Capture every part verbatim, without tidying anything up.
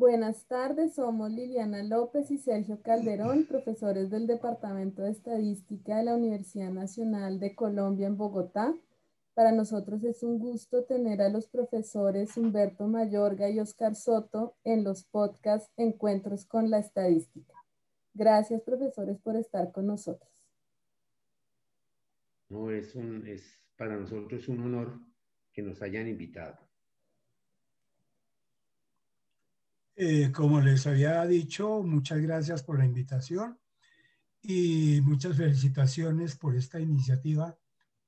Buenas tardes, somos Liliana López y Sergio Calderón, profesores del Departamento de Estadística de la Universidad Nacional de Colombia en Bogotá. Para nosotros es un gusto tener a los profesores Humberto Mayorga y Oscar Soto en los podcasts Encuentros con la Estadística. Gracias, profesores, por estar con nosotros. No, es un, es, para nosotros es un honor que nos hayan invitado. Eh, como les había dicho, muchas gracias por la invitación y muchas felicitaciones por esta iniciativa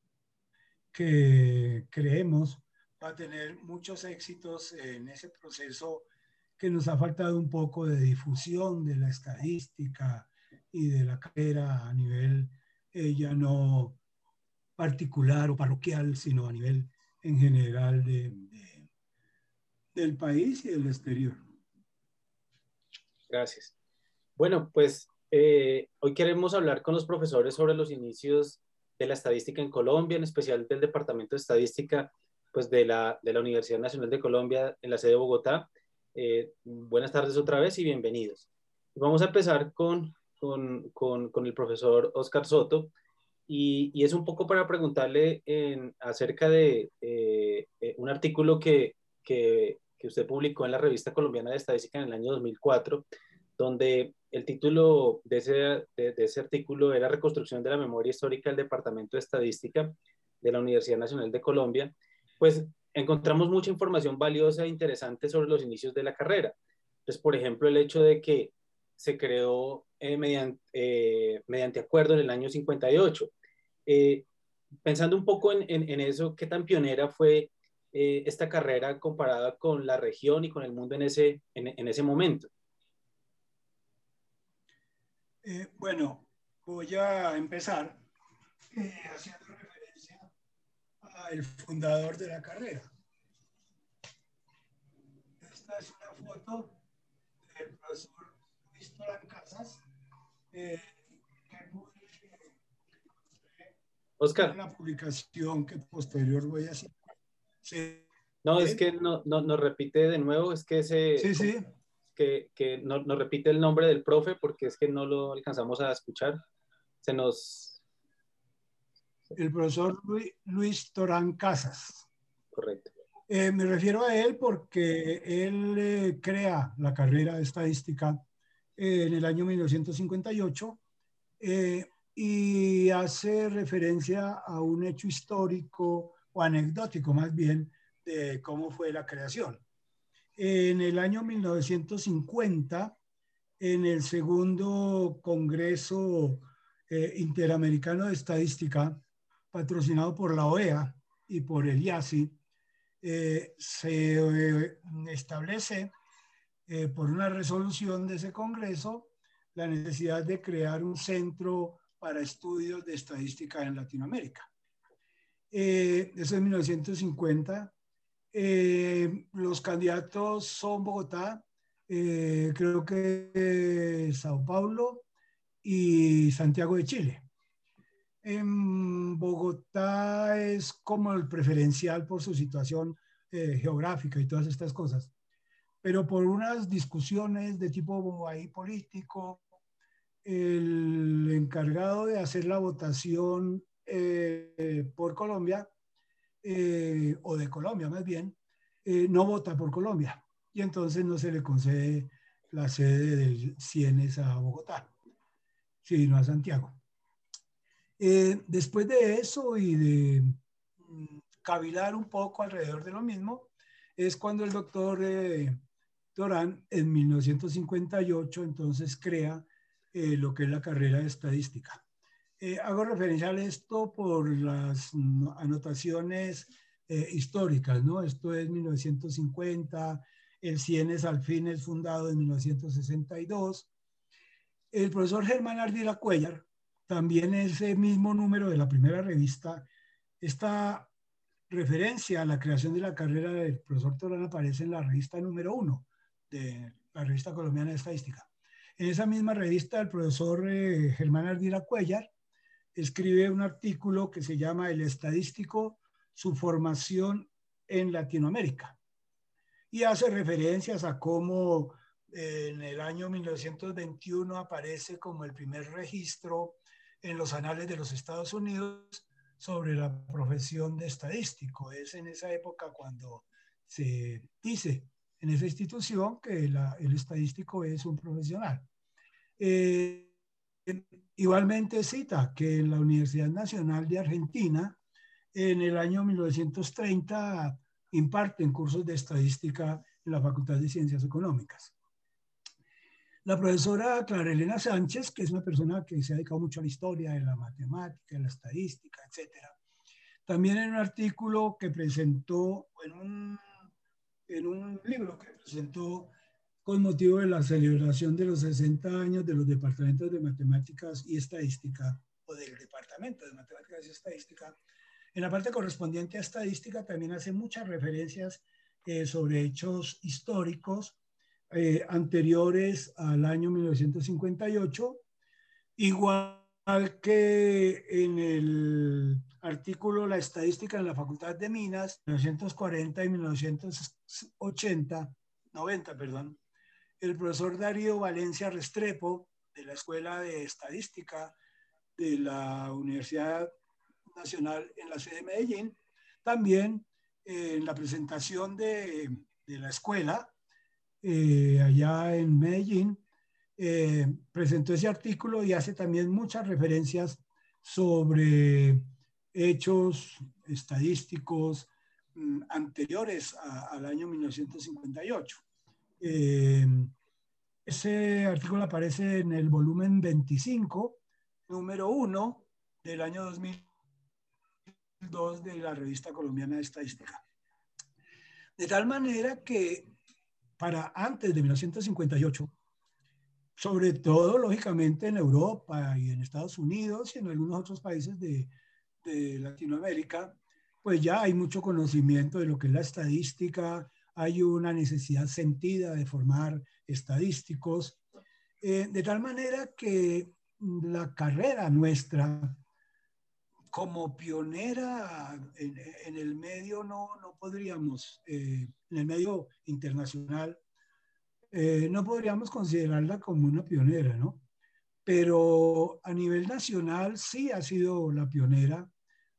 que creemos va a tener muchos éxitos en ese proceso que nos ha faltado un poco de difusión de la estadística y de la carrera a nivel eh, ya no particular o parroquial, sino a nivel en general de, de, del país y del exterior. Gracias. Bueno, pues eh, hoy queremos hablar con los profesores sobre los inicios de la estadística en Colombia, en especial del Departamento de Estadística pues de, la, de la Universidad Nacional de Colombia en la sede de Bogotá. Eh, buenas tardes otra vez y bienvenidos. Vamos a empezar con, con, con, con el profesor Oscar Soto y, y es un poco para preguntarle en, acerca de eh, eh, un artículo que, que, que usted publicó en la Revista Colombiana de Estadística en el año dos mil cuatro, donde el título de ese, de, de ese artículo era Reconstrucción de la memoria histórica del Departamento de Estadística de la Universidad Nacional de Colombia. Pues encontramos mucha información valiosa e interesante sobre los inicios de la carrera. Entonces, por ejemplo, el hecho de que se creó eh, mediante, eh, mediante acuerdo en el año cincuenta y ocho. Eh, pensando un poco en, en, en eso, ¿qué tan pionera fue eh, esta carrera comparada con la región y con el mundo en ese, en, en ese momento? Eh, bueno, voy a empezar eh, haciendo referencia al fundador de la carrera. Esta es una foto del profesor Luis Torán Casas, eh, que Oscar. una publicación que posterior voy a citar. Sí. No, es que no, no, nos repite de nuevo, es que se... Sí, sí. Que, que nos no repite el nombre del profe porque es que no lo alcanzamos a escuchar. Se nos... El profesor Luis, Luis Torán Casas. Correcto. Eh, me refiero a él porque él eh, crea la carrera de estadística eh, en el año mil novecientos cincuenta y ocho eh, y hace referencia a un hecho histórico o anecdótico más bien de cómo fue la creación. En el año mil novecientos cincuenta, en el segundo Congreso eh, Interamericano de Estadística, patrocinado por la O E A y por el I A C I, eh, se eh, establece eh, por una resolución de ese Congreso la necesidad de crear un centro para estudios de estadística en Latinoamérica. Eh, eso es mil novecientos cincuenta. Eh, los candidatos son Bogotá, eh, creo que eh, Sao Paulo y Santiago de Chile. En Bogotá es como el preferencial por su situación eh, geográfica y todas estas cosas. Pero por unas discusiones de tipo ahí político, el encargado de hacer la votación eh, por Colombia, eh, o de Colombia más bien, eh, no vota por Colombia. Y entonces no se le concede la sede del CIENES a Bogotá, sino a Santiago. Eh, después de eso y de mm, cavilar un poco alrededor de lo mismo, es cuando el doctor eh, Torán en mil novecientos cincuenta y ocho entonces crea eh, lo que es la carrera de estadística. Eh, hago referencia a esto por las mm, anotaciones eh, históricas, ¿no? Esto es mil novecientos cincuenta, el CIENES al fin es fundado en mil novecientos sesenta y dos. El profesor Germán Ardila Cuellar, también ese mismo número de la primera revista, esta referencia a la creación de la carrera del profesor Torán aparece en la revista número uno de la Revista Colombiana de Estadística. En esa misma revista, el profesor eh, Germán Ardila Cuellar escribe un artículo que se llama El estadístico, su formación en Latinoamérica. Y hace referencias a cómo En el año mil novecientos veintiuno aparece como el primer registro en los anales de los Estados Unidos sobre la profesión de estadístico. Es en esa época cuando se dice en esa institución que la, el estadístico es un profesional. Eh, igualmente cita que en la Universidad Nacional de Argentina, en el año mil novecientos treinta, imparten cursos de estadística en la Facultad de Ciencias Económicas. La profesora Clara Elena Sánchez, que es una persona que se ha dedicado mucho a la historia, a la matemática, a la estadística, etcétera, también en un artículo que presentó, en un, en un libro que presentó con motivo de la celebración de los sesenta años de los departamentos de matemáticas y estadística, o del departamento de matemáticas y estadística, en la parte correspondiente a estadística también hace muchas referencias eh, sobre hechos históricos eh, anteriores al año mil novecientos cincuenta y ocho, igual que en el artículo La estadística en la Facultad de Minas, mil novecientos cuarenta y mil novecientos ochenta, noventa, perdón, el profesor Darío Valencia Restrepo, de la Escuela de Estadística de la Universidad Nacional en la sede de Medellín, también eh, en la presentación de, de la escuela, eh, allá en Medellín, eh, presentó ese artículo y hace también muchas referencias sobre hechos estadísticos mm, anteriores a, al año mil novecientos cincuenta y ocho. Eh, ese artículo aparece en el volumen veinticinco, número uno, del año dos mil dos de la Revista Colombiana de Estadística. De tal manera que para antes de mil novecientos cincuenta y ocho, sobre todo, lógicamente, en Europa y en Estados Unidos y en algunos otros países de, de Latinoamérica, pues ya hay mucho conocimiento de lo que es la estadística, hay una necesidad sentida de formar estadísticos, eh, de tal manera que la carrera nuestra, como pionera en, en el medio, no, no podríamos, eh, en el medio internacional, eh, no podríamos considerarla como una pionera, ¿no? Pero a nivel nacional sí ha sido la pionera.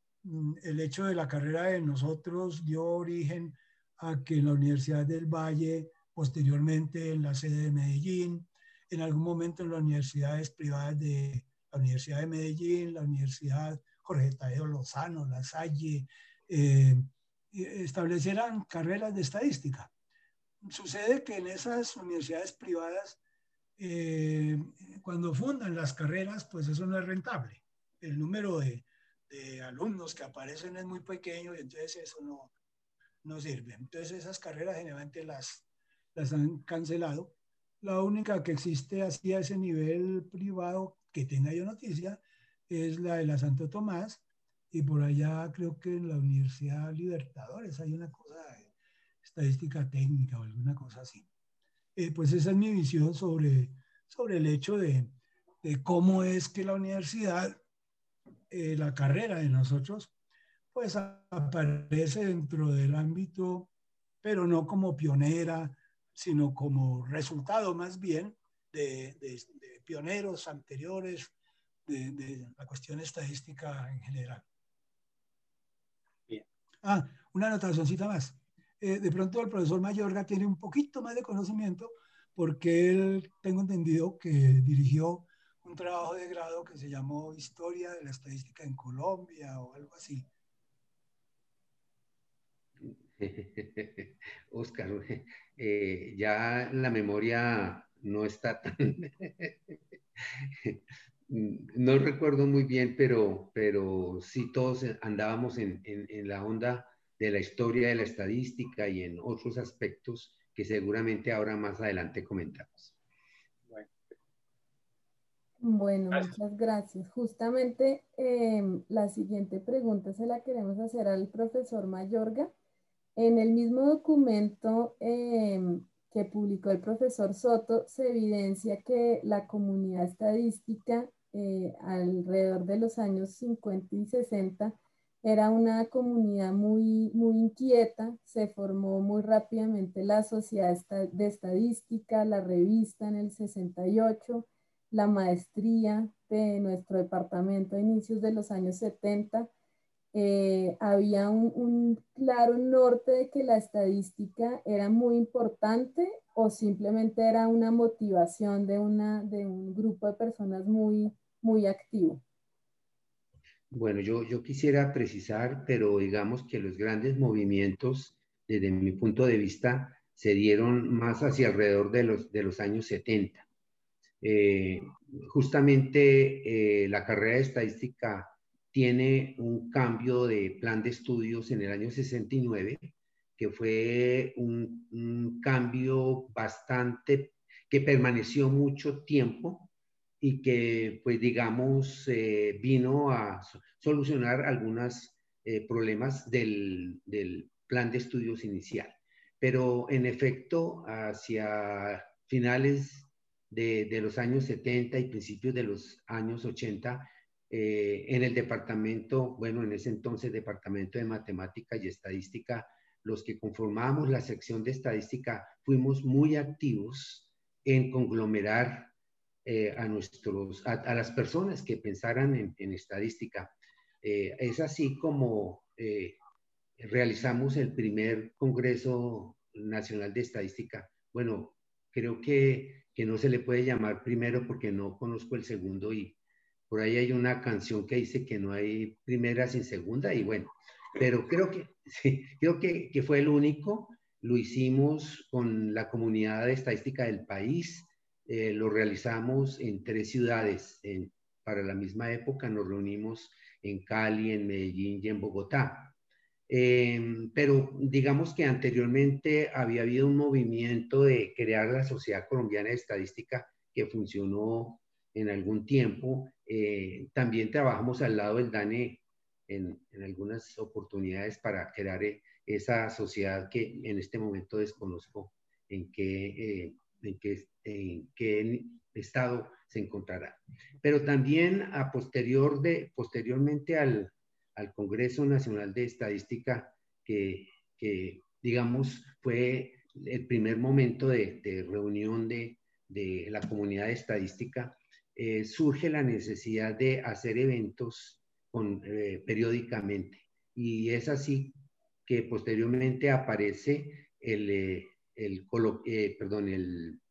El hecho de la carrera de nosotros dio origen a que en la Universidad del Valle, posteriormente en la sede de Medellín, en algún momento en las universidades privadas de la Universidad de Medellín, la Universidad Jorge Tadeo Lozano, La Salle, eh, establecieran carreras de estadística. Sucede que en esas universidades privadas, eh, cuando fundan las carreras, pues eso no es rentable. El número de, de alumnos que aparecen es muy pequeño y entonces eso no, no sirve. Entonces esas carreras generalmente las, las han cancelado. La única que existe así a ese nivel privado que tenga yo noticia es la de la Santo Tomás, y por allá creo que en la Universidad Libertadores hay una cosa de estadística técnica o alguna cosa así. Eh, pues esa es mi visión sobre, sobre el hecho de, de cómo es que la universidad, eh, la carrera de nosotros, pues aparece dentro del ámbito, pero no como pionera, sino como resultado más bien de, de, de pioneros anteriores de, de la cuestión estadística en general. Bien. Ah, una anotacióncita más. Eh, de pronto el profesor Mayorga tiene un poquito más de conocimiento porque él, tengo entendido que dirigió un trabajo de grado que se llamó Historia de la Estadística en Colombia o algo así. Oscar, eh, ya la memoria no está tan... No recuerdo muy bien, pero, pero sí todos andábamos en, en, en la onda de la historia de la estadística y en otros aspectos que seguramente ahora más adelante comentamos. Bueno, Bueno, muchas gracias. Justamente em, la siguiente pregunta se la queremos hacer al profesor Mayorga. En el mismo documento em, que publicó el profesor Soto, se evidencia que la comunidad estadística eh, alrededor de los años cincuenta y sesenta Era una comunidad muy, muy inquieta, se formó muy rápidamente la Sociedad de Estadística, la revista en el sesenta y ocho, la maestría de nuestro departamento a inicios de los años setenta. Eh, había un, un claro norte de que la estadística era muy importante o simplemente era una motivación de, una, de un grupo de personas muy, muy activo. Bueno, yo, yo quisiera precisar, pero digamos que los grandes movimientos, desde mi punto de vista, se dieron más hacia alrededor de los, de los años setenta. Eh, justamente eh, la carrera de estadística tiene un cambio de plan de estudios en el año sesenta y nueve, que fue un, un cambio bastante, que permaneció mucho tiempo y que, pues digamos, eh, vino a solucionar algunos eh, problemas del, del plan de estudios inicial. Pero en efecto, hacia finales de, de los años setenta y principios de los años ochenta, eh, en el departamento, bueno, en ese entonces Departamento de Matemática y Estadística, los que conformábamos la sección de estadística fuimos muy activos en conglomerar eh, a, nuestros, a, a, las personas que pensaran en, en estadística. Eh, es así como eh, realizamos el primer Congreso Nacional de Estadística. Bueno, creo que, que no se le puede llamar primero porque no conozco el segundo y por ahí hay una canción que dice que no hay primera sin segunda y bueno, pero creo que, sí, creo que, que fue el único. Lo hicimos con la comunidad de estadística del país, eh, lo realizamos en tres ciudades. En, para la misma época nos reunimos en Cali, en Medellín y en Bogotá. Eh, pero digamos que anteriormente había habido un movimiento de crear la Sociedad Colombiana de Estadística que funcionó en algún tiempo. Eh, también trabajamos al lado del DANE en, en algunas oportunidades para crear eh, esa sociedad que en este momento desconozco en qué, eh, en qué, en qué estado se encontrará. Pero también a posterior de, posteriormente al, al Congreso Nacional de Estadística, que, que digamos fue el primer momento de, de reunión de, de, la comunidad de estadística, eh, surge la necesidad de hacer eventos con, eh, periódicamente. Y es así que posteriormente aparece el, eh, el, eh, perdón, el,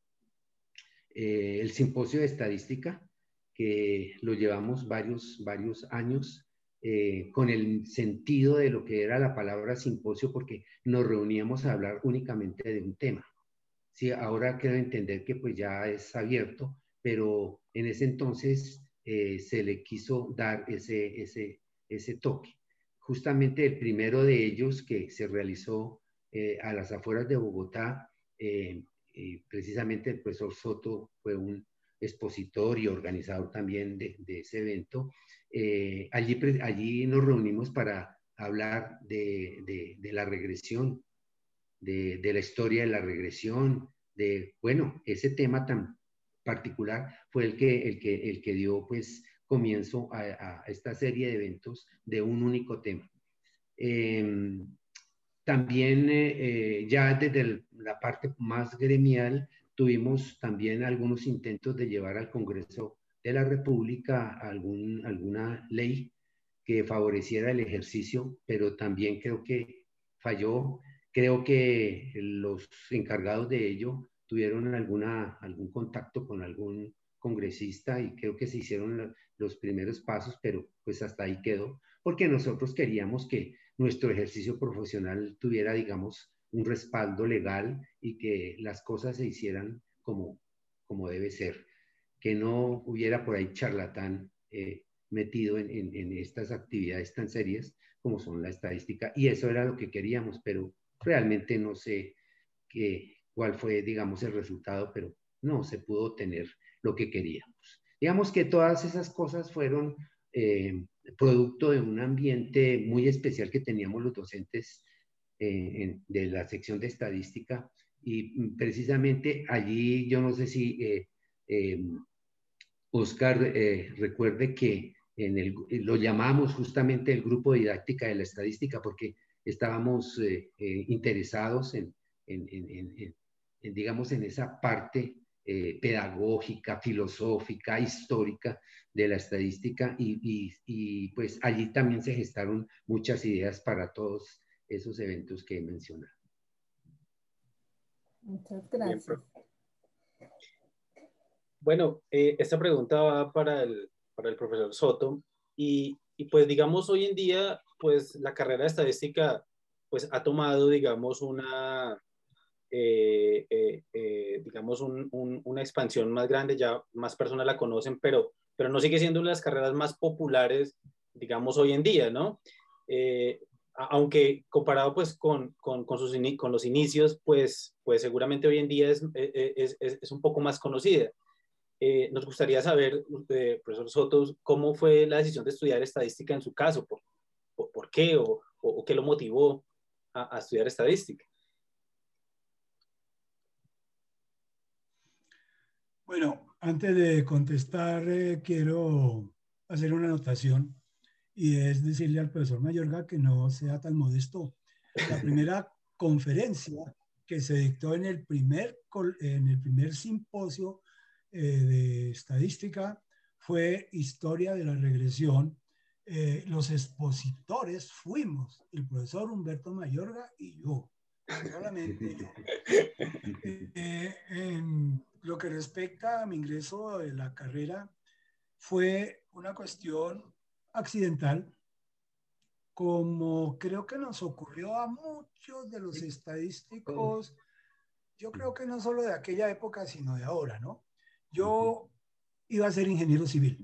eh, el simposio de estadística, que lo llevamos varios, varios años, eh, con el sentido de lo que era la palabra simposio, porque nos reuníamos a hablar únicamente de un tema. Sí, ahora quiero entender que pues ya es abierto, pero en ese entonces eh, se le quiso dar ese, ese, ese toque. Justamente el primero de ellos que se realizó eh, a las afueras de Bogotá, eh, y precisamente el profesor Soto fue un expositor y organizador también de, de ese evento. Eh, allí, allí nos reunimos para hablar de, de, de la regresión, de, de la historia de la regresión, de, bueno, ese tema tan particular fue el que, el que, el que dio pues comienzo a, a esta serie de eventos de un único tema. Eh, también eh, ya desde el, la parte más gremial tuvimos también algunos intentos de llevar al Congreso de la República algún, alguna ley que favoreciera el ejercicio, pero también creo que falló. Creo que los encargados de ello tuvieron alguna, algún contacto con algún congresista y creo que se hicieron los primeros pasos, pero pues hasta ahí quedó, porque nosotros queríamos que nuestro ejercicio profesional tuviera, digamos, un respaldo legal y que las cosas se hicieran como, como debe ser, que no hubiera por ahí charlatán eh, metido en, en, en estas actividades tan serias como son la estadística, y eso era lo que queríamos, pero realmente no sé qué, cuál fue, digamos, el resultado, pero no se pudo obtener lo que queríamos. Digamos que todas esas cosas fueron eh, producto de un ambiente muy especial que teníamos los docentes eh, en, de la sección de estadística, y precisamente allí, yo no sé si eh, eh, Oscar eh, recuerde que en el, lo llamamos justamente el grupo de didáctica de la estadística porque estábamos eh, eh, interesados en, en, en, en, en, digamos, en esa parte eh, pedagógica, filosófica, histórica de la estadística y, y, y pues allí también se gestaron muchas ideas para todos esos eventos que he mencionado. Muchas gracias. Bien, bueno, eh, esta pregunta va para el, para el profesor Soto y, y pues digamos hoy en día pues la carrera de estadística pues ha tomado digamos una eh, eh, eh, digamos un, un, una expansión más grande, ya más personas la conocen, pero, pero no sigue siendo una de las carreras más populares digamos hoy en día, ¿no? Eh, aunque comparado pues con, con, con, sus in, con los inicios pues, pues seguramente hoy en día es, es, es, es un poco más conocida. Eh, nos gustaría saber, eh, profesor Soto, cómo fue la decisión de estudiar estadística en su caso, por, por, por qué o, o, o qué lo motivó a, a estudiar estadística. Bueno, antes de contestar, eh, quiero hacer una anotación y es decirle al profesor Mayorga que no sea tan modesto. La primera conferencia que se dictó en el primer, en el primer simposio eh, de estadística fue Historia de la Regresión. Eh, los expositores fuimos el profesor Humberto Mayorga y yo, solamente yo. Eh, en lo que respecta a mi ingreso en la carrera, fue una cuestión accidental, como creo que nos ocurrió a muchos de los estadísticos, yo creo que no solo de aquella época, sino de ahora, ¿no? Yo iba a ser ingeniero civil.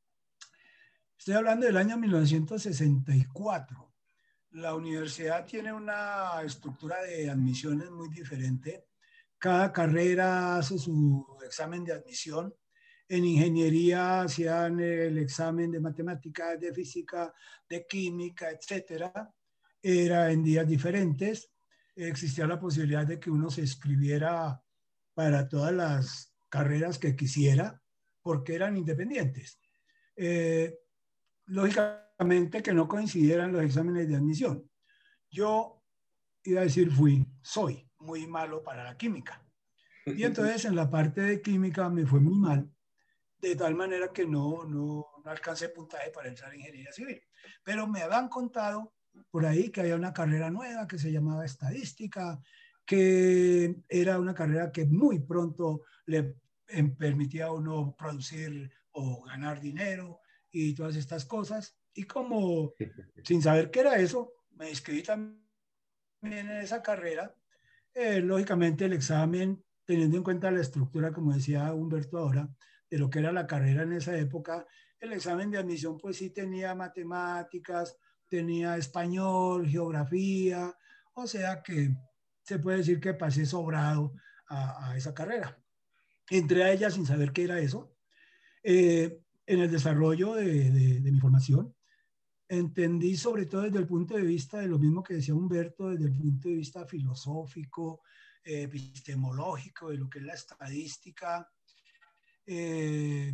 Estoy hablando del año mil novecientos sesenta y cuatro. La universidad tiene una estructura de admisiones muy diferente. Cada carrera hace su examen de admisión. En ingeniería hacían el examen de matemáticas, de física, de química, etcétera. Era en días diferentes. Existía la posibilidad de que uno se inscribiera para todas las carreras que quisiera, porque eran independientes. Eh, lógicamente que no coincidieran los exámenes de admisión. Yo iba a decir fui, soy muy malo para la química. Y entonces en la parte de química me fue muy mal, de tal manera que no, no, no alcancé puntaje para entrar en ingeniería civil. Pero me habían contado por ahí que había una carrera nueva que se llamaba estadística, que era una carrera que muy pronto le permitía a uno producir o ganar dinero y todas estas cosas. Y como sin saber qué era eso, me inscribí también en esa carrera. Eh, lógicamente el examen, teniendo en cuenta la estructura, como decía Humberto ahora, de lo que era la carrera en esa época, el examen de admisión pues sí tenía matemáticas, tenía español, geografía, o sea que se puede decir que pasé sobrado a, a esa carrera. Entré a ella sin saber qué era eso. Eh, en el desarrollo de, de, de mi formación, entendí sobre todo desde el punto de vista de lo mismo que decía Humberto, desde el punto de vista filosófico, eh, epistemológico, de lo que es la estadística, eh,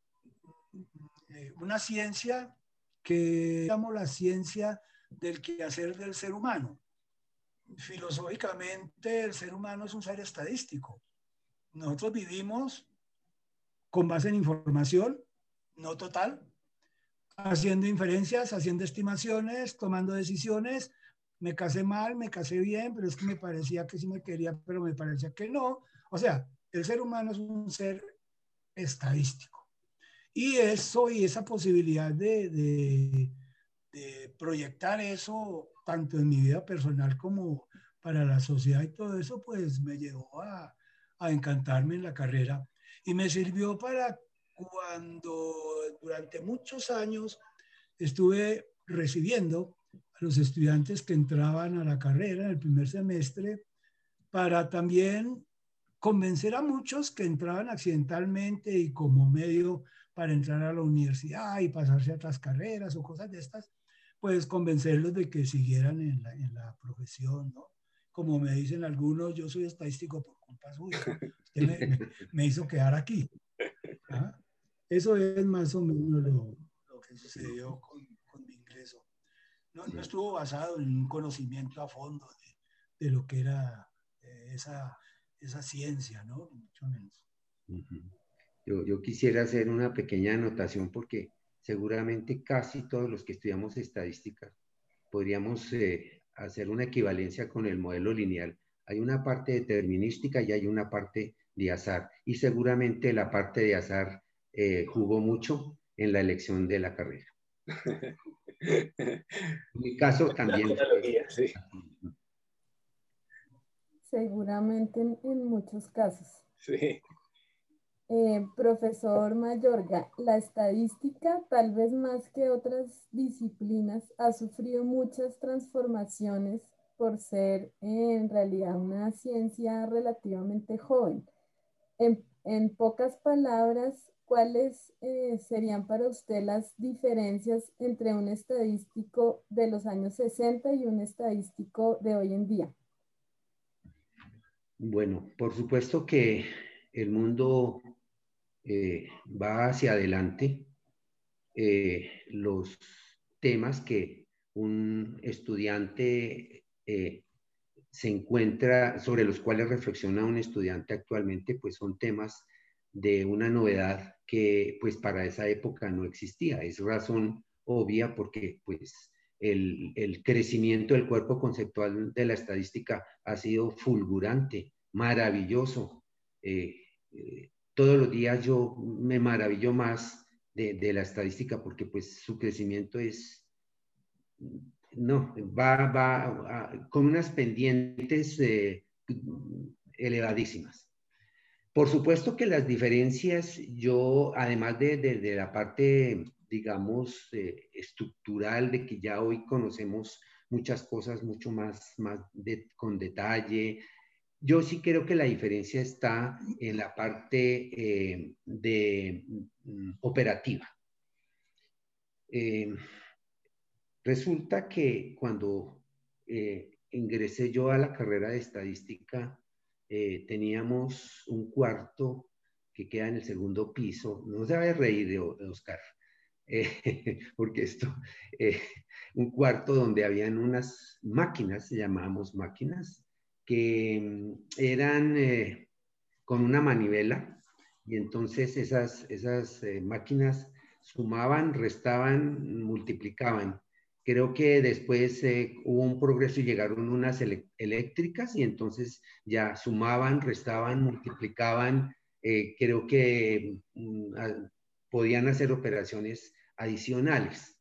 una ciencia que llamamos la ciencia del quehacer del ser humano. Filosóficamente, el ser humano es un ser estadístico. Nosotros vivimos con base en información, no total, haciendo inferencias, haciendo estimaciones, tomando decisiones. Me casé mal, me casé bien, pero es que me parecía que sí me quería, pero me parecía que no. O sea, el ser humano es un ser estadístico. Y eso y esa posibilidad de, de, de proyectar eso, tanto en mi vida personal como para la sociedad y todo eso, pues me llevó a, a encantarme en la carrera. Y me sirvió para cuando durante muchos años estuve recibiendo a los estudiantes que entraban a la carrera en el primer semestre para también convencer a muchos que entraban accidentalmente y como medio para entrar a la universidad y pasarse a otras carreras o cosas de estas, pues convencerlos de que siguieran en la, en la profesión, ¿no? Como me dicen algunos, yo soy estadístico por culpa suya. Usted me, me, me hizo quedar aquí. ¿Ah? Eso es más o menos lo, lo que que sucedió con, con mi ingreso. No, no estuvo basado en un conocimiento a fondo de, de lo que era eh, esa, esa ciencia, ¿no? Mucho menos. Uh-huh. Yo, yo quisiera hacer una pequeña anotación porque seguramente casi todos los que estudiamos estadística podríamos eh, hacer una equivalencia con el modelo lineal. Hay una parte determinística y hay una parte de azar. Y seguramente la parte de azar eh, jugó mucho en la elección de la carrera. En mi caso también. Sí. Seguramente en, en muchos casos. Sí. Eh, profesor Mayorga, la estadística, tal vez más que otras disciplinas, ha sufrido muchas transformaciones por ser eh, en realidad una ciencia relativamente joven. En, en pocas palabras, ¿cuáles eh, serían para usted las diferencias entre un estadístico de los años sesenta y un estadístico de hoy en día? Bueno, por supuesto que el mundo eh, va hacia adelante. Eh, los temas que un estudiante eh, se encuentra, sobre los cuales reflexiona un estudiante actualmente, pues son temas de una novedad que pues para esa época no existía. Es razón obvia porque pues el, el crecimiento del cuerpo conceptual de la estadística ha sido fulgurante, maravilloso. Eh, eh, todos los días yo me maravillo más de, de la estadística porque pues su crecimiento es no, va, va a, con unas pendientes eh, elevadísimas. Por supuesto que las diferencias, yo, además de, de, de la parte, digamos, eh, estructural, de que ya hoy conocemos muchas cosas mucho más, más de, con detalle, yo sí creo que la diferencia está en la parte eh, de mm, operativa. Eh, Resulta que cuando eh, ingresé yo a la carrera de estadística, eh, teníamos un cuarto que queda en el segundo piso. No se va a reír de, de Oscar, eh, porque esto, eh, un cuarto donde habían unas máquinas, se llamábamos máquinas, que mm, eran eh, con una manivela, y entonces esas, esas eh, máquinas sumaban, restaban, multiplicaban. Creo que después eh, hubo un progreso y llegaron unas eléctricas y entonces ya sumaban, restaban, multiplicaban. Eh, creo que mm, a, podían hacer operaciones adicionales.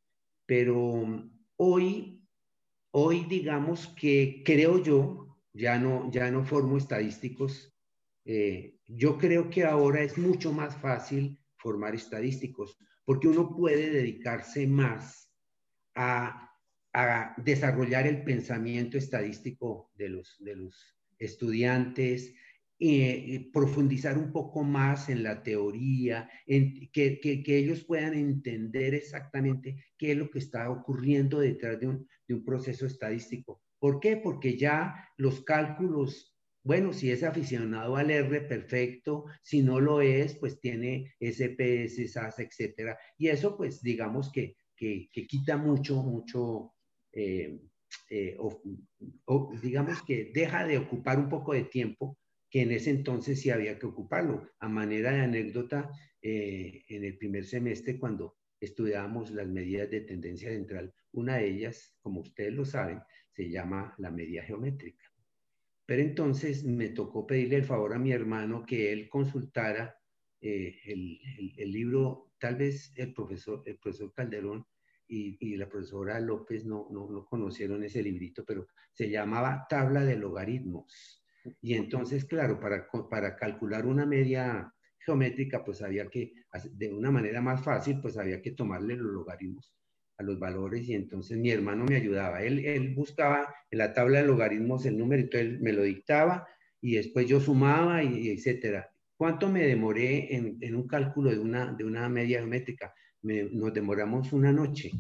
Pero hoy, hoy digamos que creo yo, ya no, ya no formo estadísticos, eh, yo creo que ahora es mucho más fácil formar estadísticos porque uno puede dedicarse más a, a desarrollar el pensamiento estadístico de los, de los estudiantes, eh, profundizar un poco más en la teoría, en que, que, que, ellos puedan entender exactamente qué es lo que está ocurriendo detrás de un, de un proceso estadístico. ¿Por qué? Porque ya los cálculos, bueno, si es aficionado al R, perfecto. Si no lo es, pues tiene S P S, S A S, etcétera. Y eso, pues, digamos que Que, que quita mucho, mucho, eh, eh, o, o digamos que deja de ocupar un poco de tiempo que en ese entonces sí había que ocuparlo. A manera de anécdota, eh, en el primer semestre, cuando estudiábamos las medidas de tendencia central, una de ellas, como ustedes lo saben, se llama la media geométrica. Pero entonces me tocó pedirle el favor a mi hermano que él consultara eh, el, el, el libro. Tal vez el profesor, el profesor Calderón y, y la profesora López no, no, no conocieron ese librito, pero se llamaba Tabla de Logaritmos. Y entonces, claro, para, para calcular una media geométrica, pues había que, de una manera más fácil, pues había que tomarle los logaritmos a los valores, y entonces mi hermano me ayudaba. Él, él buscaba en la tabla de logaritmos el número, entonces él me lo dictaba y después yo sumaba, y, etcétera. ¿Cuánto me demoré en, en un cálculo de una, de una media geométrica? Me, nos demoramos una noche.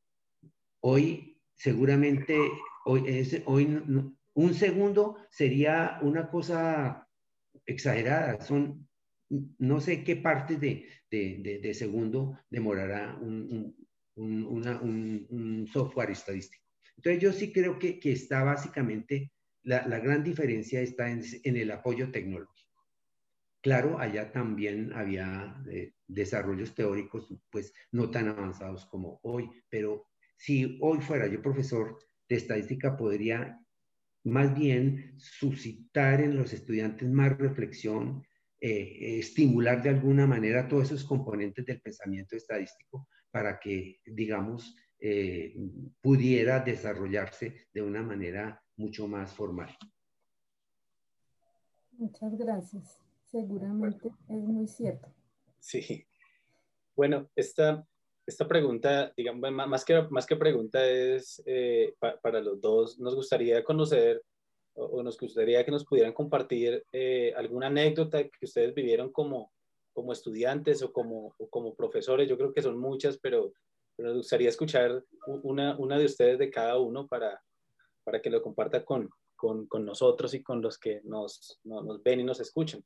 Hoy, seguramente, hoy, es, hoy un segundo sería una cosa exagerada. Son no sé qué partes de, de, de, de segundo demorará un, un, un, una, un, un software estadístico. Entonces yo sí creo que, que está básicamente, la, la gran diferencia está en, en el apoyo tecnológico. Claro, allá también había eh, desarrollos teóricos, pues no tan avanzados como hoy, pero si hoy fuera yo profesor de estadística, podría más bien suscitar en los estudiantes más reflexión, eh, estimular de alguna manera todos esos componentes del pensamiento estadístico para que, digamos, eh, pudiera desarrollarse de una manera mucho más formal. Muchas gracias. Seguramente es muy cierto. Sí. Bueno, esta, esta pregunta, digamos, más que, más que pregunta es eh, pa, para los dos. Nos gustaría conocer o, o nos gustaría que nos pudieran compartir eh, alguna anécdota que ustedes vivieron como, como estudiantes o como, o como profesores. Yo creo que son muchas, pero, pero nos gustaría escuchar una, una de ustedes de cada uno para, para que lo comparta con, con, con nosotros y con los que nos, nos, nos ven y nos escuchan.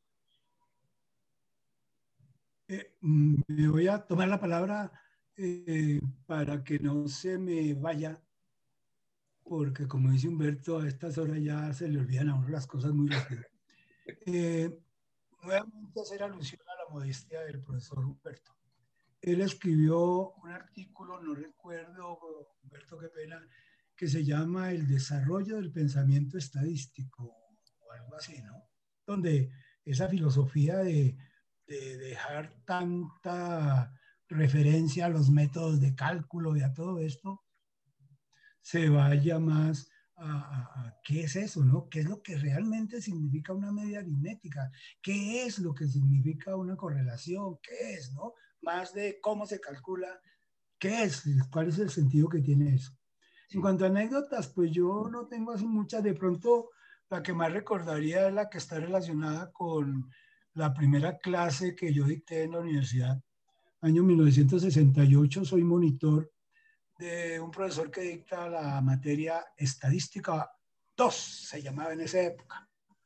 Eh, me voy a tomar la palabra eh, para que no se me vaya, porque como dice Humberto, a estas horas ya se le olvidan a uno las cosas muy rápido. Eh, nuevamente hacer alusión a la modestia del profesor Humberto. Él escribió un artículo, no recuerdo, Humberto, qué pena, que se llama El desarrollo del pensamiento estadístico, o algo así, ¿no? Donde esa filosofía de, de dejar tanta referencia a los métodos de cálculo y a todo esto, se vaya más a, a, a, qué es eso, ¿no? ¿Qué es lo que realmente significa una media aritmética? ¿Qué es lo que significa una correlación? ¿Qué es, no? Más de cómo se calcula, ¿qué es? ¿Cuál es el sentido que tiene eso? Sí. En cuanto a anécdotas, pues yo no tengo así muchas. De pronto, la que más recordaría es la que está relacionada con la primera clase que yo dicté en la universidad. Año mil novecientos sesenta y ocho, soy monitor de un profesor que dicta la materia Estadística dos, se llamaba en esa época.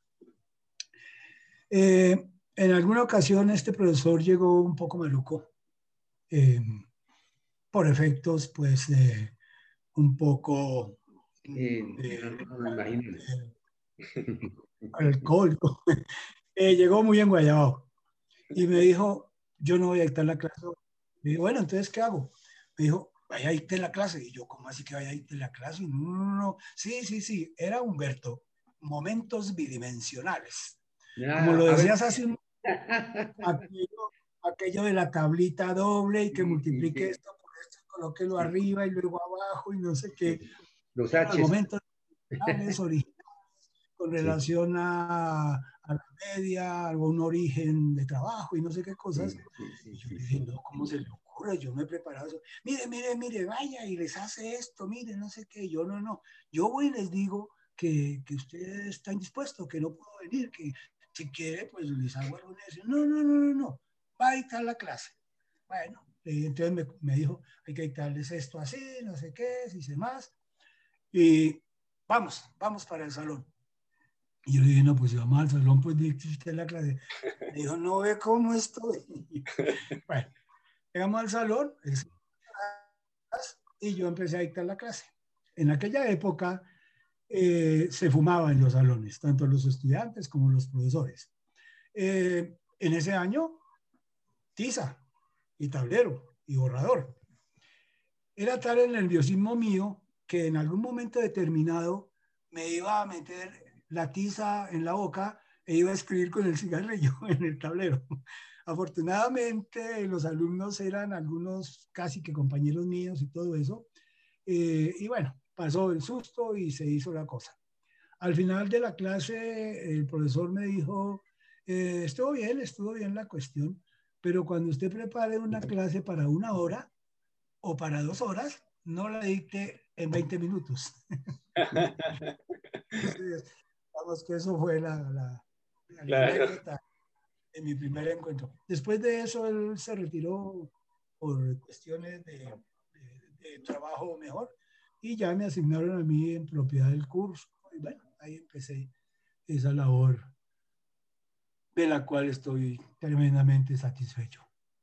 Eh, en alguna ocasión este profesor llegó un poco maluco, eh, por efectos pues eh, un poco Eh, eh, no, no me imagino. eh, alcohólico. eh, llegó muy enguayado y me dijo, yo no voy a dictar la clase. Me dijo, bueno, entonces, ¿qué hago? Me dijo, vaya a dictar la clase. Y yo, ¿cómo así que vaya a dictar la clase? No, no, no. Sí, sí, sí, era Humberto. Momentos bidimensionales. Ah, Como lo a ver. decías hace un aquello, aquello de la tablita doble y que Sí, sí, multiplique sí. esto por esto, colóquelo Sí. arriba y luego abajo y no sé qué. Sí. Los Eran los H's. momentos bidimensionales originales con relación sí. a, a la media, algún origen de trabajo y no sé qué cosas. Sí, sí, sí, Y yo sí, dije, sí. no, ¿cómo se le ocurre? Yo me he preparado eso. Mire, mire, mire, vaya y les hace esto, mire, no sé qué. Yo no, no. Yo voy y les digo que, que ustedes están dispuestos, que no puedo venir, que si quiere, pues les hago alguna decisión. No, no, no, no, no. Va a dictar la clase. Bueno, entonces me, me dijo, hay que dictarles esto así, no sé qué, si sé más. Y vamos, vamos para el salón. Y yo le dije, no, pues si vamos al salón, pues dicte la clase. Me dijo, no ve cómo estoy. Bueno, llegamos al salón y yo empecé a dictar la clase. En aquella época eh, se fumaba en los salones, tanto los estudiantes como los profesores. Eh, en ese año, tiza y tablero y borrador. Era tal el nerviosismo mío que en algún momento determinado me iba a meter la tiza en la boca e iba a escribir con el cigarrillo en el tablero. Afortunadamente los alumnos eran algunos casi que compañeros míos y todo eso. Eh, y bueno, pasó el susto y se hizo la cosa. Al final de la clase el profesor me dijo, eh, estuvo bien, estuvo bien la cuestión, pero cuando usted prepare una clase para una hora o para dos horas, no la dicte en veinte minutos. Entonces, vamos que eso fue la, la, la Claro. anécdota de mi primer encuentro. Después de eso, él se retiró por cuestiones de, de, de trabajo mejor y ya me asignaron a mí en propiedad del curso. Y bueno, ahí empecé esa labor de la cual estoy tremendamente satisfecho.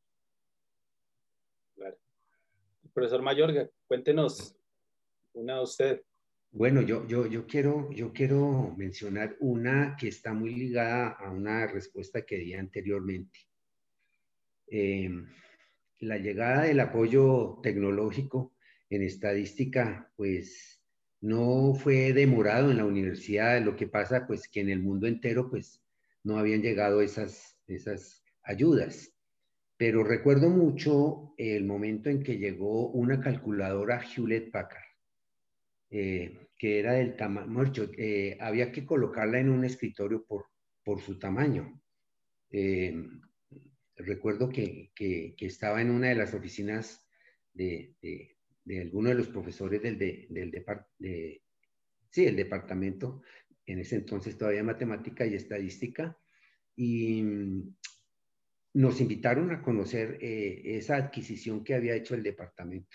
Claro. Profesor Mayorga, cuéntenos una de usted. Bueno, yo, yo, yo, quiero, yo quiero mencionar una que está muy ligada a una respuesta que di anteriormente. Eh, la llegada del apoyo tecnológico en estadística, pues no fue demorado en la universidad. Lo que pasa, pues que en el mundo entero, pues no habían llegado esas, esas ayudas. Pero recuerdo mucho el momento en que llegó una calculadora Hewlett Packard. Eh, que era del tamaño, eh, había que colocarla en un escritorio por, por su tamaño. Eh, recuerdo que, que, que, estaba en una de las oficinas de, de, de alguno de los profesores del, de, del depart, de, sí, el departamento, en ese entonces todavía matemática y estadística, y nos invitaron a conocer eh, esa adquisición que había hecho el departamento.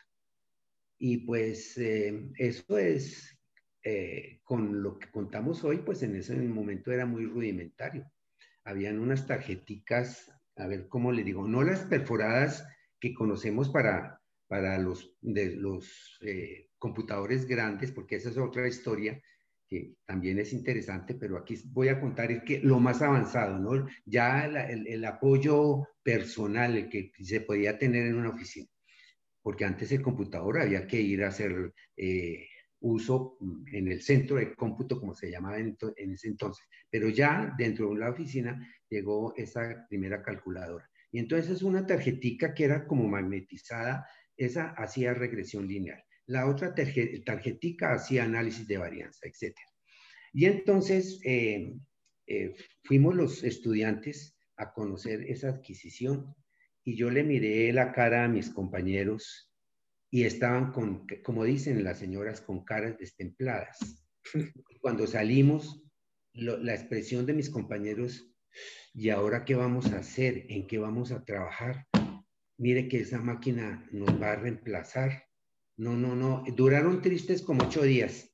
Y pues eh, eso es, eh, con lo que contamos hoy, pues en ese momento era muy rudimentario. Habían unas tarjeticas, a ver cómo le digo, no las perforadas que conocemos para, para los, de los eh, computadores grandes, porque esa es otra historia que también es interesante, pero aquí voy a contar el que, lo más avanzado, ¿no? Ya la, el, el apoyo personal, el que se podía tener en una oficina. Porque antes el computador había que ir a hacer eh, uso en el centro de cómputo, como se llamaba en, en ese entonces. Pero ya dentro de la oficina llegó esa primera calculadora. Y entonces es una tarjetica que era como magnetizada, esa hacía regresión lineal. La otra tarjetica hacía análisis de varianza, etcétera. Y entonces eh, eh, fuimos los estudiantes a conocer esa adquisición. Y yo le miré la cara a mis compañeros y estaban con, como dicen las señoras, con caras destempladas. Cuando salimos, lo, la expresión de mis compañeros, ¿y ahora qué vamos a hacer? ¿En qué vamos a trabajar? Mire que esa máquina nos va a reemplazar. No, no, no. Duraron tristes como ocho días.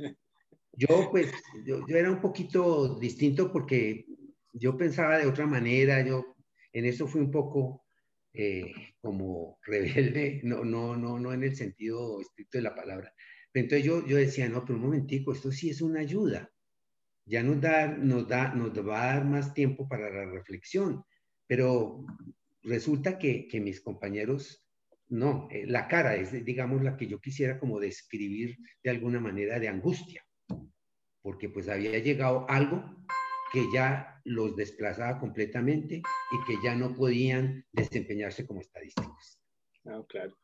Yo, pues, yo, yo era un poquito distinto porque yo pensaba de otra manera. Yo en eso fui un poco eh, como rebelde, no, no, no, no en el sentido estricto de la palabra. Pero entonces yo, yo decía, no, pero un momentico, esto sí es una ayuda. Ya nos, da, nos, da, nos va a dar más tiempo para la reflexión. Pero resulta que, que mis compañeros, no, eh, la cara es, digamos, la que yo quisiera como describir de alguna manera de angustia. Porque pues había llegado algo que ya los desplazaba completamente y que ya no podían desempeñarse como estadísticos. No, claro.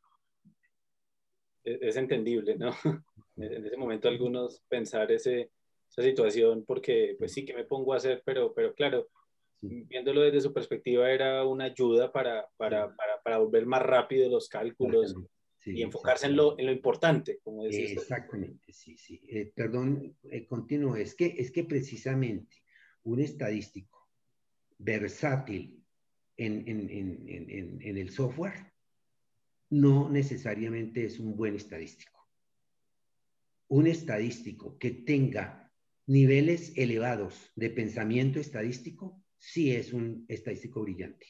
Es, es entendible, ¿no? En ese momento algunos pensar ese, esa situación porque, pues sí, ¿qué me pongo a hacer? Pero, pero claro, sí, viéndolo desde su perspectiva era una ayuda para, para, sí, para, para volver más rápido los cálculos sí, y enfocarse sí, en, lo, en lo importante, como decía usted. Exactamente, sí, sí. Eh, perdón, eh, continúo. Es que, es que precisamente un estadístico versátil en, en, en, en, en el software no necesariamente es un buen estadístico. Un estadístico que tenga niveles elevados de pensamiento estadístico sí es un estadístico brillante.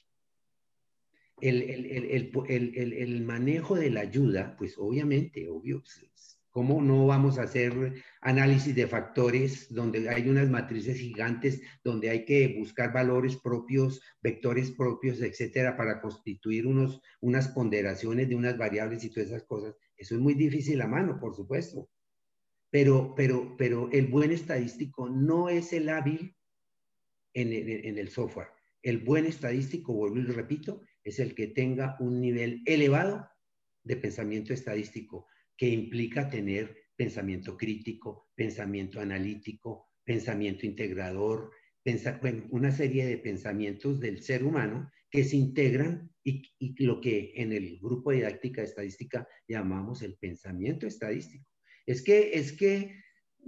El, el, el, el, el manejo de la ayuda, pues obviamente, obvio, ¿cómo no vamos a hacer análisis de factores donde hay unas matrices gigantes, donde hay que buscar valores propios, vectores propios, etcétera, para constituir unos, unas ponderaciones de unas variables y todas esas cosas? Eso es muy difícil a mano, por supuesto. Pero, pero, pero el buen estadístico no es el hábil en, en, en el software. El buen estadístico, vuelvo y lo repito, es el que tenga un nivel elevado de pensamiento estadístico, que implica tener pensamiento crítico, pensamiento analítico, pensamiento integrador, pensa, bueno, una serie de pensamientos del ser humano que se integran y, y lo que en el grupo de didáctica estadística llamamos el pensamiento estadístico. Es que, es que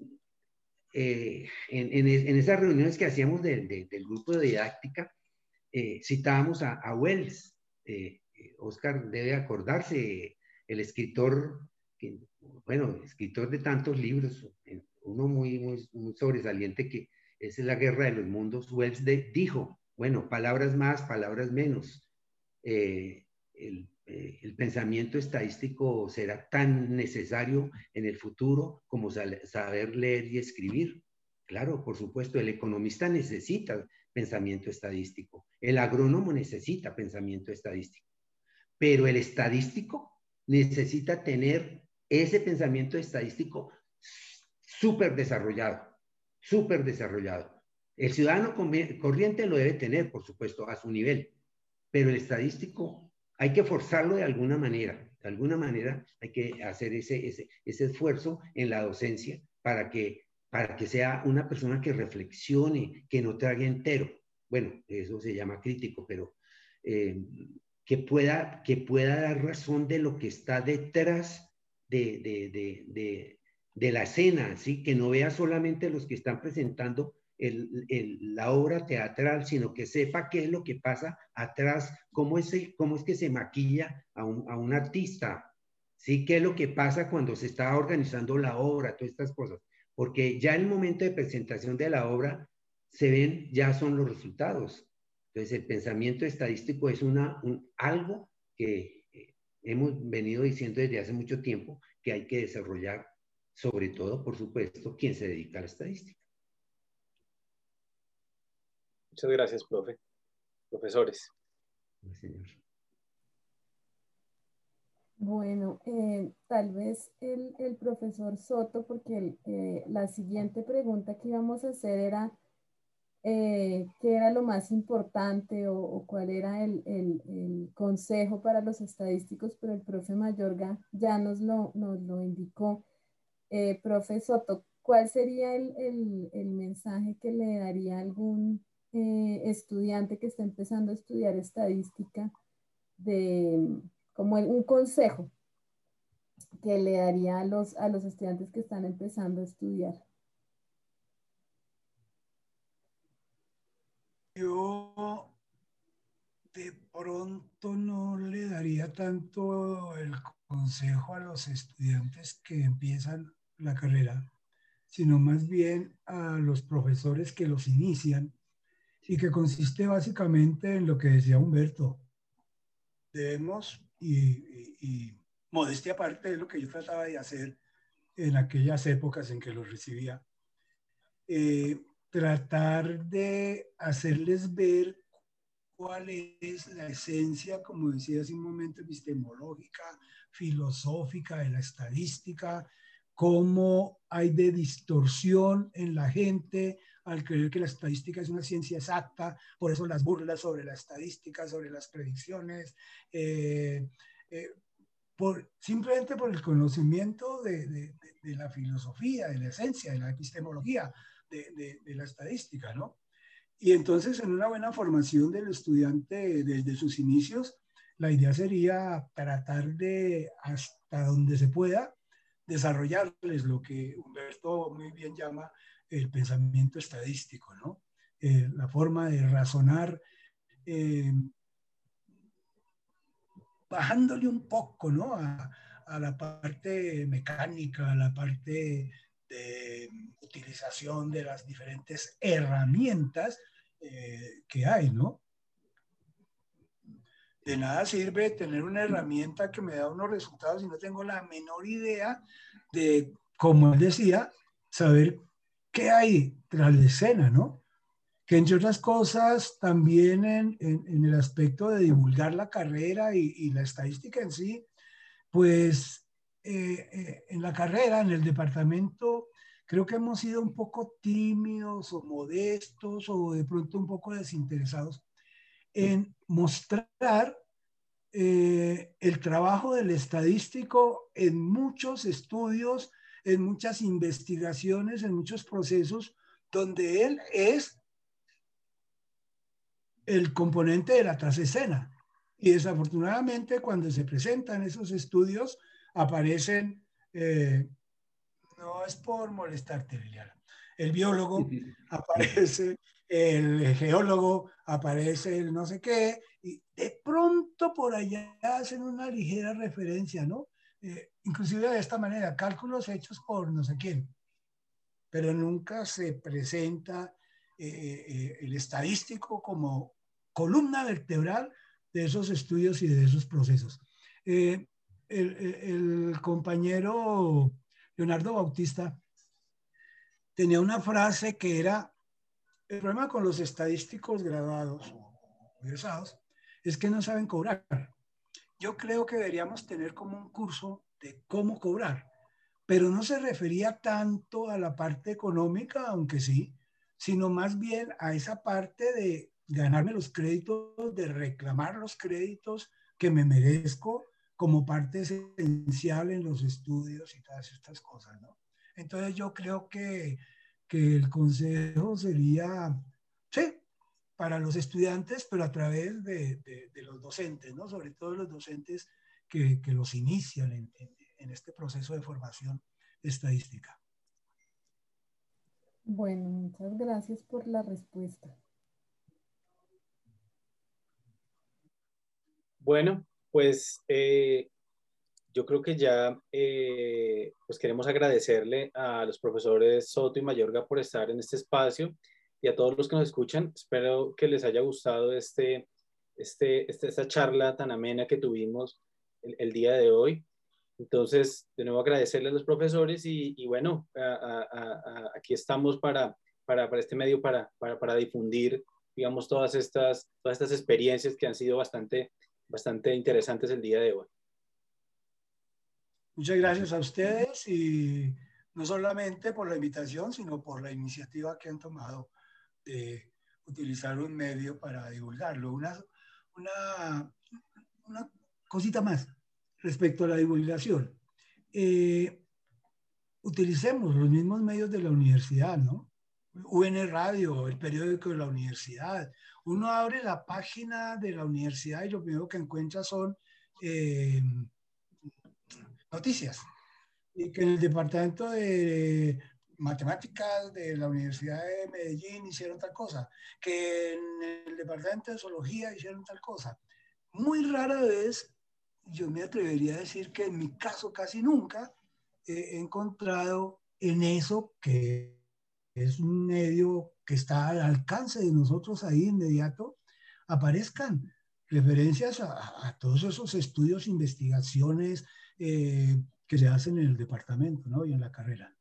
eh, en, en, en, esas reuniones que hacíamos de, de, del grupo de didáctica, eh, citábamos a, a Wells. Eh, Oscar debe acordarse, el escritor, que, bueno, escritor de tantos libros, uno muy, muy, muy sobresaliente que es La Guerra de los Mundos. Wells de, dijo, Bueno, palabras más, palabras menos. Eh, el, eh, el pensamiento estadístico será tan necesario en el futuro como saber leer y escribir. Claro, por supuesto, el economista necesita pensamiento estadístico, el agrónomo necesita pensamiento estadístico, pero el estadístico necesita tener ese pensamiento estadístico súper desarrollado, súper desarrollado. El ciudadano corriente lo debe tener, por supuesto, a su nivel, pero el estadístico hay que forzarlo de alguna manera. De alguna manera hay que hacer ese, ese, ese esfuerzo en la docencia para que, para que sea una persona que reflexione, que no trague entero. Bueno, eso se llama crítico, pero eh, que, pueda, que pueda dar razón de lo que está detrás de, de, de, de, de la escena, ¿sí? Que no vea solamente los que están presentando El, el, la obra teatral, sino que sepa qué es lo que pasa atrás, cómo es, el, cómo es que se maquilla a un, a un artista, ¿sí? Qué es lo que pasa cuando se está organizando la obra, todas estas cosas, porque ya en el momento de presentación de la obra se ven, ya son los resultados. Entonces el pensamiento estadístico es una, un, algo que eh, hemos venido diciendo desde hace mucho tiempo que hay que desarrollar, sobre todo, por supuesto, quien se dedica a la estadística. Muchas gracias, profe. Profesores. Sí, señor. Bueno, eh, tal vez el, el profesor Soto, porque el, eh, la siguiente pregunta que íbamos a hacer era eh, qué era lo más importante o, o cuál era el, el, el consejo para los estadísticos, pero el profe Mayorga ya nos lo, nos lo indicó. Eh, profe Soto, ¿cuál sería el, el, el mensaje que le daría a algún eh, estudiante que está empezando a estudiar estadística, de, como el- un consejo que le daría a los, a los estudiantes que están empezando a estudiar? Yo de pronto no le daría tanto el consejo a los estudiantes que empiezan la carrera, sino más bien a los profesores que los inician y que consiste básicamente en lo que decía Humberto. Debemos, y, y, y modestia aparte de lo que yo trataba de hacer en aquellas épocas en que los recibía, eh, tratar de hacerles ver cuál es la esencia, como decía hace un momento, epistemológica, filosófica de la estadística, cómo hay de distorsión en la gente al creer que la estadística es una ciencia exacta, por eso las burlas sobre la estadística, sobre las predicciones, eh, eh, por, simplemente por el conocimiento de, de, de, la filosofía, de la esencia, de la epistemología de, de, de la estadística, ¿no? Y entonces, en una buena formación del estudiante desde sus inicios, la idea sería tratar de, hasta donde se pueda, desarrollarles lo que Humberto muy bien llama el pensamiento estadístico, ¿no? Eh, la forma de razonar, eh, bajándole un poco, ¿no? A, a la parte mecánica, a la parte de utilización de las diferentes herramientas eh, que hay, ¿no? De nada sirve tener una herramienta que me da unos resultados si no tengo la menor idea de, como él decía, saber qué hay tras la escena, ¿no? Que entre otras cosas, también en, en, en el aspecto de divulgar la carrera y, y la estadística en sí, pues eh, eh, en la carrera, en el departamento, creo que hemos sido un poco tímidos o modestos o de pronto un poco desinteresados en mostrar eh, el trabajo del estadístico en muchos estudios, en muchas investigaciones, en muchos procesos, donde él es el componente de la trasescena. Y desafortunadamente cuando se presentan esos estudios aparecen, eh, no es por molestarte, Liliana, el biólogo, aparece el geólogo, aparece el no sé qué, y de pronto por allá hacen una ligera referencia, ¿no? Eh, inclusive de esta manera, cálculos hechos por no sé quién, pero nunca se presenta eh, eh, el estadístico como columna vertebral de esos estudios y de esos procesos. Eh, el, el compañero Leonardo Bautista tenía una frase que era: el problema con los estadísticos graduados o egresados es que no saben cobrar. Yo creo que deberíamos tener como un curso de cómo cobrar, pero no se refería tanto a la parte económica, aunque sí, sino más bien a esa parte de ganarme los créditos, de reclamar los créditos que me merezco como parte esencial en los estudios y todas estas cosas, ¿no? Entonces yo creo que, que el consejo sería, sí, para los estudiantes, pero a través de, de, de los docentes, ¿no? Sobre todo los docentes que, que los inician en, en, en este proceso de formación estadística. Bueno, muchas gracias por la respuesta. Bueno, pues eh, yo creo que ya eh, pues queremos agradecerle a los profesores Soto y Mayorga por estar en este espacio y a todos los que nos escuchan. Espero que les haya gustado este, este, este, esta charla tan amena que tuvimos el, el día de hoy. Entonces, de nuevo agradecerle a los profesores y, y bueno, a, a, a, aquí estamos para, para, para este medio, para, para, para difundir, digamos, todas estas, todas estas experiencias que han sido bastante, bastante interesantes el día de hoy. Muchas gracias a ustedes y no solamente por la invitación, sino por la iniciativa que han tomado de utilizar un medio para divulgarlo. Una, una, una cosita más respecto a la divulgación. Eh, utilicemos los mismos medios de la universidad, ¿no? U N Radio, el periódico de la universidad. Uno abre la página de la universidad y lo primero que encuentra son eh, noticias. Y que en el departamento de matemáticas de la Universidad de Medellín hicieron tal cosa, que en el departamento de zoología hicieron tal cosa. Muy rara vez, yo me atrevería a decir que en mi caso casi nunca, he encontrado en eso, que es un medio que está al alcance de nosotros ahí inmediato, aparezcan referencias a, a todos esos estudios, investigaciones eh, que se hacen en el departamento, ¿no? Y en la carrera.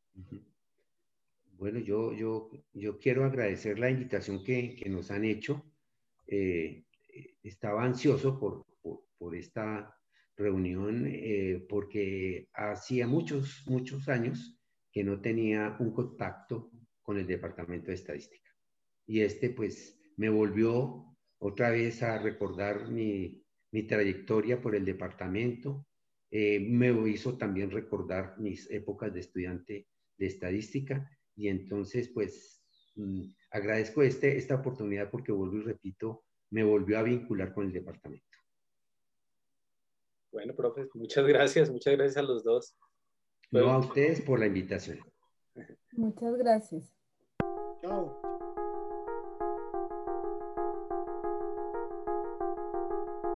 Bueno, yo, yo, yo quiero agradecer la invitación que, que nos han hecho. Eh, estaba ansioso por, por, por esta reunión eh, porque hacía muchos, muchos años que no tenía un contacto con el Departamento de Estadística. Y este pues me volvió otra vez a recordar mi, mi trayectoria por el departamento. Eh, me hizo también recordar mis épocas de estudiante de estadística y entonces pues mmm, agradezco este, esta oportunidad porque vuelvo y repito, me volvió a vincular con el departamento. Bueno, profe, muchas gracias, muchas gracias a los dos. No, a ustedes por la invitación. Muchas gracias. Chao.